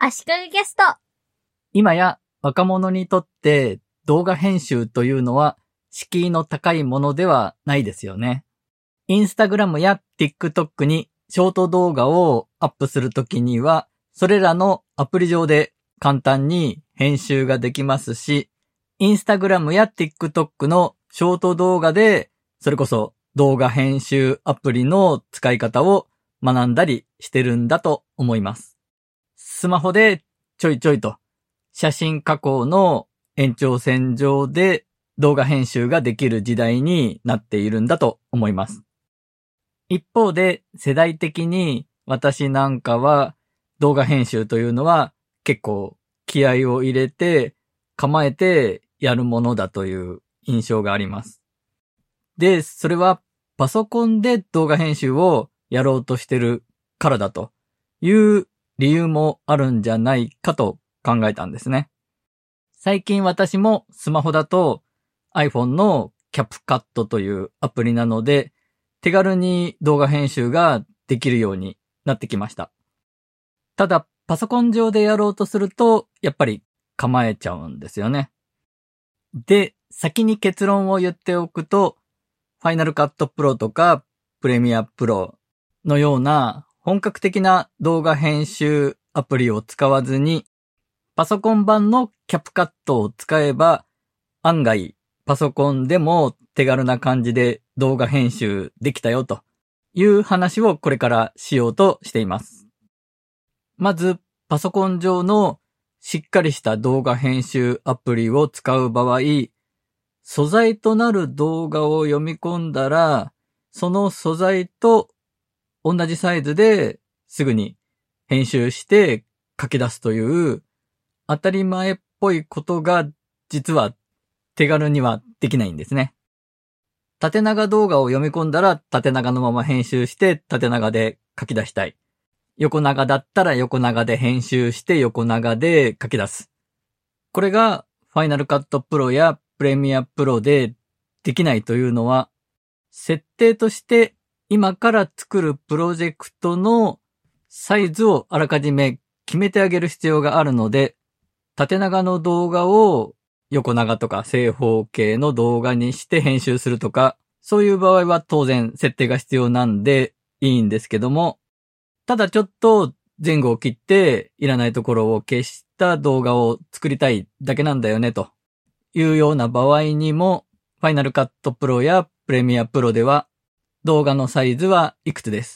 足利キャスト。 今や若者にとって動画編集というのは敷居の高いものではないですよね。インスタグラムや TikTok にショート動画をアップするときには、それらのアプリ上で簡単に編集ができますし、インスタグラムや TikTok のショート動画で、それこそ動画編集アプリの使い方を学んだりしてるんだと思います。スマホでちょいちょいと写真加工の延長線上で動画編集ができる時代になっているんだと思います。一方で世代的に私なんかは動画編集というのは結構気合を入れて構えてやるものだという印象があります。で、それはパソコンで動画編集をやろうとしてるからだという理由もあるんじゃないかと考えたんですね。最近私もスマホだと iPhone の CapCut というアプリなので手軽に動画編集ができるようになってきました。ただパソコン上でやろうとするとやっぱり構えちゃうんですよね。で、先に結論を言っておくと、Final Cut Pro とか Premiere Pro のような本格的な動画編集アプリを使わずに、パソコン版の CapCut を使えば、案外パソコンでも手軽な感じで動画編集できたよという話をこれからしようとしています。まず、パソコン上のしっかりした動画編集アプリを使う場合、素材となる動画を読み込んだら、その素材と同じサイズですぐに編集して書き出すという当たり前っぽいことが実は手軽にはできないんですね。縦長動画を読み込んだら縦長のまま編集して縦長で書き出したい。横長だったら横長で編集して横長で書き出す。これがFinal Cut ProやPremiere Proでできないというのは、設定として今から作るプロジェクトのサイズをあらかじめ決めてあげる必要があるので、縦長の動画を横長とか正方形の動画にして編集するとか、そういう場合は当然設定が必要なんでいいんですけども、ただちょっと前後を切っていらないところを消した動画を作りたいだけなんだよねというような場合にも、Final Cut Pro や Premiere Pro では動画のサイズはいくつです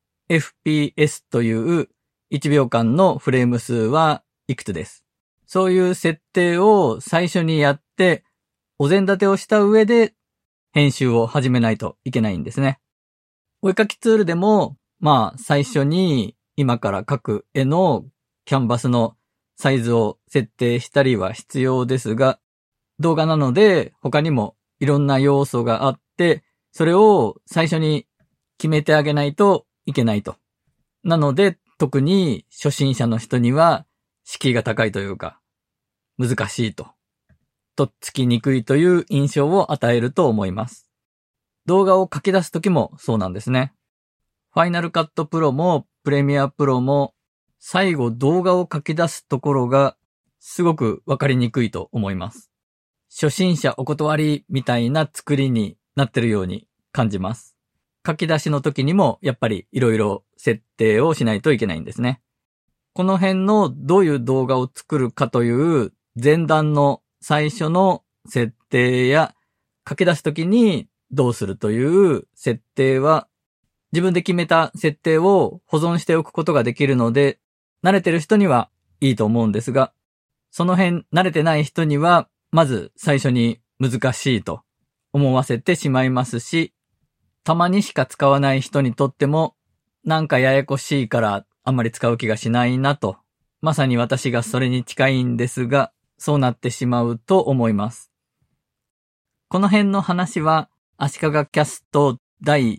。FPS という1秒間のフレーム数はいくつです。そういう設定を最初にやって、お膳立てをした上で編集を始めないといけないんですね。お絵描きツールでも、最初に今から描く絵のキャンバスのサイズを設定したりは必要ですが、動画なので他にもいろんな要素があって、それを最初に決めてあげないといけないと。なので特に初心者の人には敷居が高いというか難しいと。とっつきにくいという印象を与えると思います。動画を書き出すときもそうなんですね。Final Cut Pro も Premiere Pro も最後動画を書き出すところがすごくわかりにくいと思います。初心者お断りみたいな作りになってるように感じます。書き出しの時にもやっぱりいろいろ設定をしないといけないんですね。この辺のどういう動画を作るかという前段の最初の設定や書き出す時にどうするという設定は自分で決めた設定を保存しておくことができるので慣れてる人にはいいと思うんですが、その辺慣れてない人にはまず最初に難しいと思わせてしまいますし、たまにしか使わない人にとってもなんかややこしいからあんまり使う気がしないなと、まさに私がそれに近いんですが、そうなってしまうと思います。この辺の話は足利キャスト第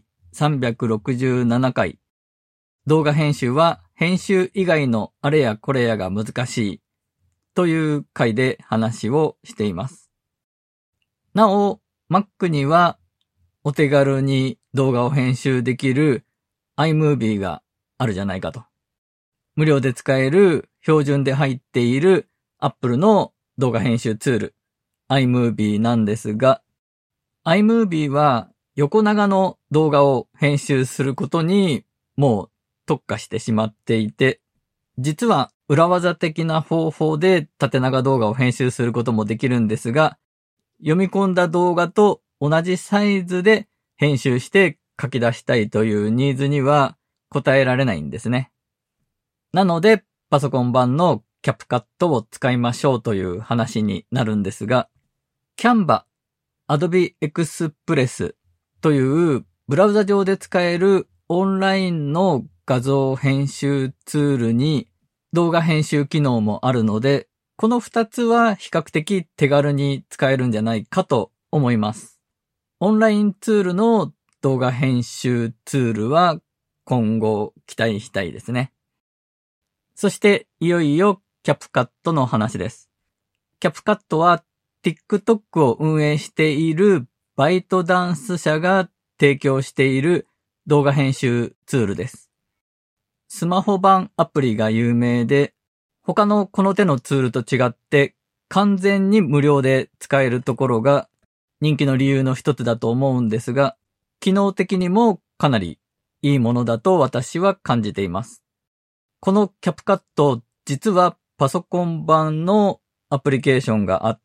367回、動画編集は編集以外のあれやこれやが難しいという回で話をしています。なお、Mac にはお手軽に動画を編集できる iMovie があるじゃないかと。 無料で使える標準で入っている Apple の動画編集ツール iMovie なんですが、iMovie は横長の動画を編集することにもう特化してしまっていて、実は裏技的な方法で縦長動画を編集することもできるんですが、読み込んだ動画と同じサイズで編集して書き出したいというニーズには応えられないんですね。なので、パソコン版のCapCutを使いましょうという話になるんですが、Canva、Adobe Express というブラウザ上で使えるオンラインの画像編集ツールに動画編集機能もあるので、この2つは比較的手軽に使えるんじゃないかと思います。オンラインツールの動画編集ツールは今後期待したいですね。そしていよいよCapCutの話です。CapCutは TikTok を運営しているバイトダンス社が提供している動画編集ツールです。スマホ版アプリが有名で、他のこの手のツールと違って完全に無料で使えるところが人気の理由の一つだと思うんですが、機能的にもかなりいいものだと私は感じています。このCapCut、実はパソコン版のアプリケーションがあって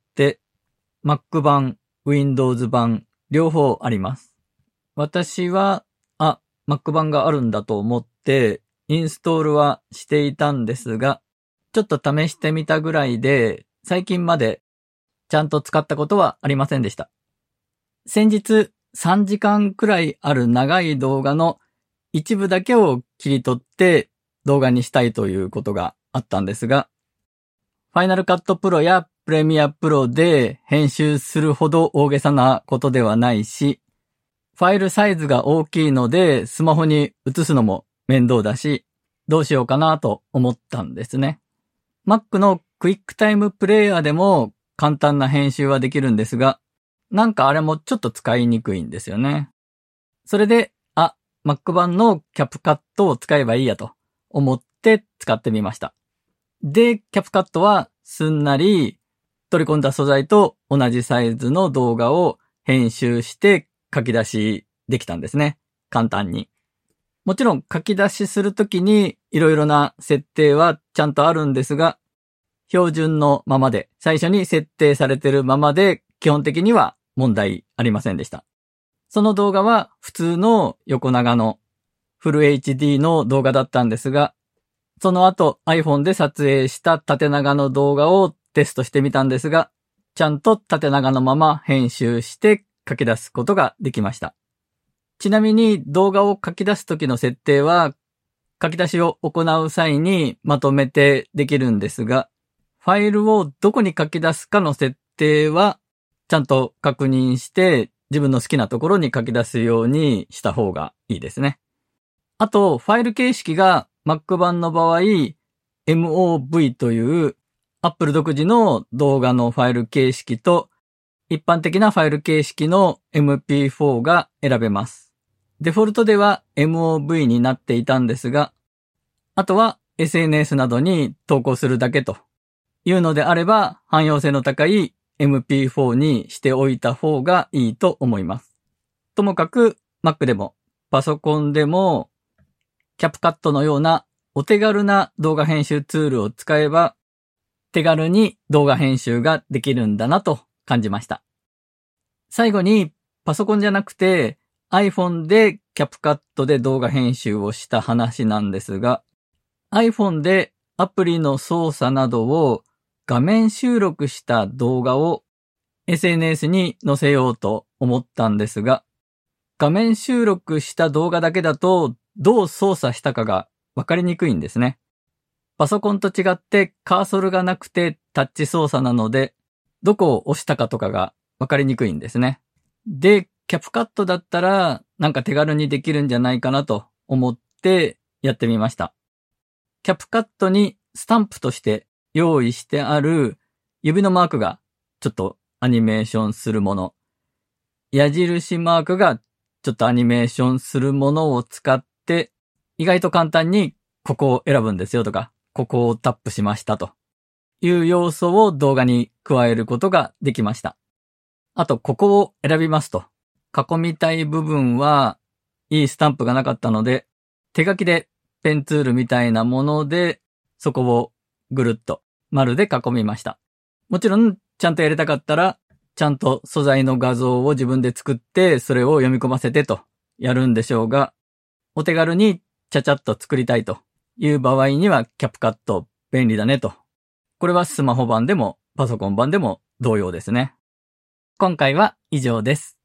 、Mac 版、Windows 版、両方あります。私は、Mac 版があるんだと思って、インストールはしていたんですが、ちょっと試してみたぐらいで、最近までちゃんと使ったことはありませんでした。先日3時間くらいある長い動画の一部だけを切り取って動画にしたいということがあったんですが、Final Cut Pro や Premiere Pro で編集するほど大げさなことではないし、ファイルサイズが大きいのでスマホに移すのも面倒だし、どうしようかなと思ったんですね。Mac の QuickTime Player でも簡単な編集はできるんですが、なんかあれもちょっと使いにくいんですよね。それで、Mac 版のCapCutを使えばいいやと思って使ってみました。で、CapCutはすんなり取り込んだ素材と同じサイズの動画を編集して書き出しできたんですね。簡単に。もちろん書き出しするときにいろいろな設定はちゃんとあるんですが、標準のままで、最初に設定されているままで基本的には問題ありませんでした。その動画は普通の横長のフル HD の動画だったんですが、その後 iPhone で撮影した縦長の動画をテストしてみたんですが、ちゃんと縦長のまま編集して書き出すことができました。ちなみに動画を書き出す時の設定は書き出しを行う際にまとめてできるんですが、ファイルをどこに書き出すかの設定はちゃんと確認して自分の好きなところに書き出すようにした方がいいですね。あと、ファイル形式が Mac 版の場合、MOV という Apple 独自の動画のファイル形式と一般的なファイル形式の MP4 が選べます。デフォルトでは MOV になっていたんですが、あとは SNS などに投稿するだけというのであれば、汎用性の高いMP4 にしておいた方がいいと思います。ともかく Mac でもパソコンでも CapCut のようなお手軽な動画編集ツールを使えば手軽に動画編集ができるんだなと感じました。最後にパソコンじゃなくて iPhone で CapCut で動画編集をした話なんですが、iPhone でアプリの操作などを画面収録した動画を SNS に載せようと思ったんですが、画面収録した動画だけだとどう操作したかがわかりにくいんですね。パソコンと違ってカーソルがなくてタッチ操作なので、どこを押したかとかがわかりにくいんですね。で、CapCut だったらなんか手軽にできるんじゃないかなと思ってやってみました。CapCut にスタンプとして用意してある指のマークがちょっとアニメーションするもの、矢印マークがちょっとアニメーションするものを使って意外と簡単にここを選ぶんですよとか、ここをタップしましたという要素を動画に加えることができました。あと、ここを選びますと。囲みたい部分はいいスタンプがなかったので、手書きでペンツールみたいなもので、そこをぐるっと丸で囲みました。もちろん、ちゃんとやりたかったら、ちゃんと素材の画像を自分で作って、それを読み込ませてとやるんでしょうが、お手軽にちゃちゃっと作りたいという場合には、キャプカット便利だねと。これはスマホ版でもパソコン版でも同様ですね。今回は以上です。